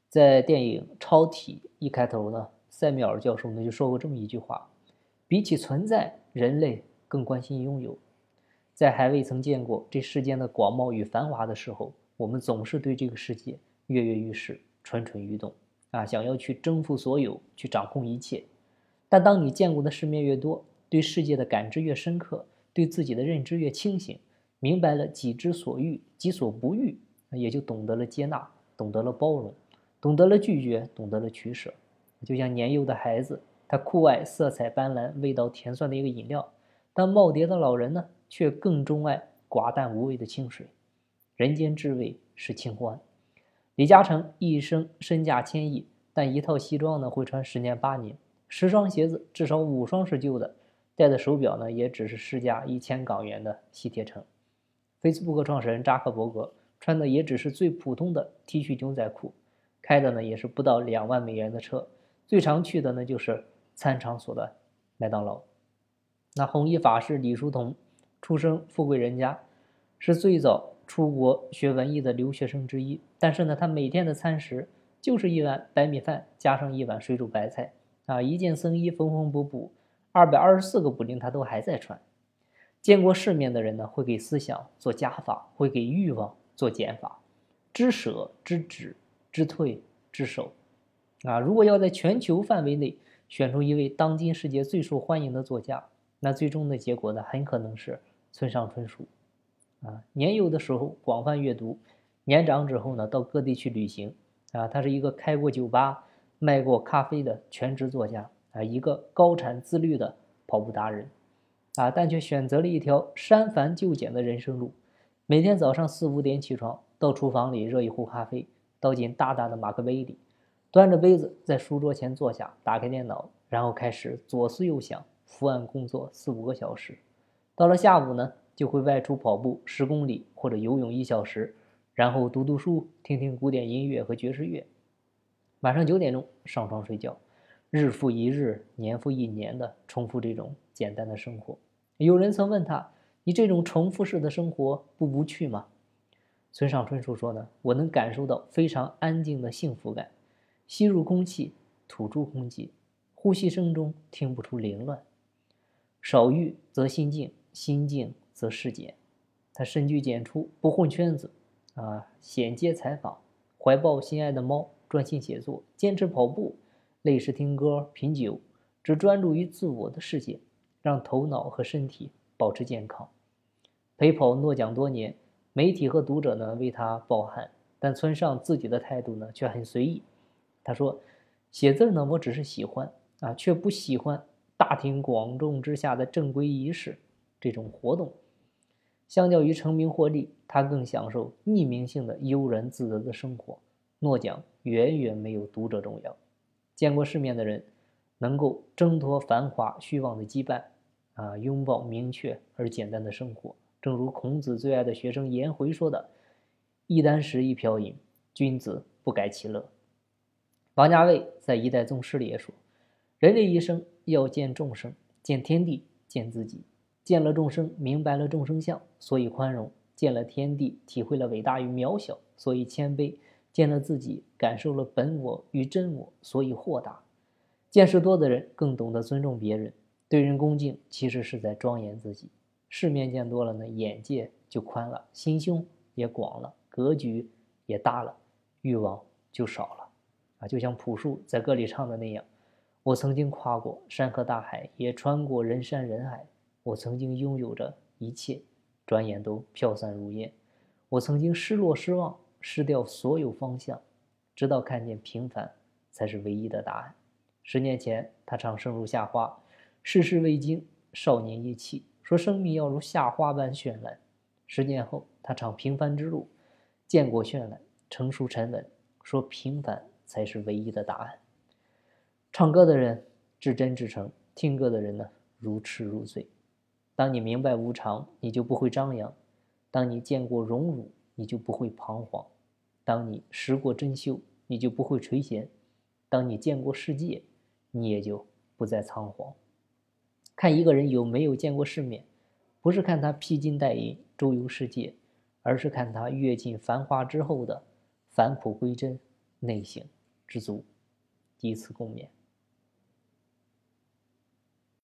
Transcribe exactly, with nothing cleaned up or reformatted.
在电影《超体》一开头呢，塞缪尔教授呢就说过这么一句话：比起存在，人类更关心拥有。在还未曾见过这世间的广袤与繁华的时候，我们总是对这个世界跃跃欲试、蠢蠢欲动啊，想要去征服所有，去掌控一切。但当你见过的世面越多，对世界的感知越深刻，对自己的认知越清醒，明白了己之所欲，己所不欲，也就懂得了接纳，懂得了包容，懂得了拒绝，懂得了取舍。就像年幼的孩子，他酷爱色彩斑斓、味道甜酸的一个饮料，但耄耋的老人呢，却更钟爱寡淡无味的清水。人间至味是清欢。李嘉诚一生身价千亿，但一套西装呢会穿十年八年，十双鞋子至少五双是旧的，戴的手表呢也只是市价一千港元的西铁城。Facebook 创始人扎克伯格穿的也只是最普通的 T 恤牛仔裤，开的呢也是不到两万美元的车，最常去的呢就是餐场所的麦当劳。那弘一法师李叔同出生富贵人家，是最早出国学文艺的留学生之一，但是呢他每天的餐食就是一碗白米饭加上一碗水煮白菜啊，一件僧衣缝缝补补，二百二十四个补丁他都还在穿。见过世面的人呢，会给思想做加法，会给欲望做减法，知舍知止知退知守啊。如果要在全球范围内选出一位当今世界最受欢迎的作家，那最终的结果呢，很可能是村上春树啊。年幼的时候广泛阅读，年长之后呢，到各地去旅行啊。他是一个开过酒吧、卖过咖啡的全职作家啊，一个高产自律的跑步达人啊，但却选择了一条删繁就简的人生路。每天早上四五点起床，到厨房里热一壶咖啡，倒进大大的马克杯里，端着杯子在书桌前坐下，打开电脑，然后开始左思右想，伏案工作四五个小时。到了下午呢，就会外出跑步十公里或者游泳一小时，然后读读书，听听古典音乐和爵士乐。晚上九点钟上床睡觉，日复一日，年复一年的重复这种简单的生活。有人曾问他：“你这种重复式的生活不无趣吗？”村上春树说呢：“我能感受到非常安静的幸福感，吸入空气，吐出空气，呼吸声中听不出凌乱。少欲则心静，心静则事简。”他深居简出，不混圈子，啊，险接采访，怀抱心爱的猫，专心写作，坚持跑步，累时听歌品酒，只专注于自我的世界，让头脑和身体保持健康。陪跑诺奖多年，媒体和读者呢为他抱憾，但村上自己的态度呢却很随意。他说：“写字呢，我只是喜欢啊，却不喜欢大庭广众之下的正规仪式这种活动。相较于成名获利，他更享受匿名性的悠然自得的生活。诺奖远远没有读者重要。见过世面的人，能够挣脱繁华虚妄的羁绊，啊，拥抱明确而简单的生活。正如孔子最爱的学生颜回说的：“一箪食，一瓢饮，君子不改其乐。”王家卫在《一代宗师》里也说：“人类一生要见众生，见天地，见自己。见了众生，明白了众生相，所以宽容；见了天地，体会了伟大与渺小，所以谦卑；见了自己，感受了本我与真我，所以豁达。见识多的人更懂得尊重别人，对人恭敬其实是在庄严自己。世面见多了呢，眼界就宽了，心胸也广了，格局也大了，欲望就少了。啊，就像朴树在歌里唱的那样：我曾经跨过山河大海，也穿过人山人海。我曾经拥有着一切，转眼都飘散如烟。我曾经失落失望，失掉所有方向，直到看见平凡才是唯一的答案。十年前他唱生如夏花，世事未惊，少年意气，说生命要如夏花般绚烂。十年后他唱平凡之路，见过绚烂，成熟沉稳，说平凡才是唯一的答案。唱歌的人至真至诚，听歌的人呢如痴如醉。当你明白无常，你就不会张扬；当你见过荣辱，你就不会彷徨；当你识过珍馐，你就不会垂涎；当你见过世界，你也就不再仓皇。看一个人有没有见过世面，不是看他披金戴银周游世界，而是看他阅尽繁华之后的返璞归真，内省知足。第一次共勉。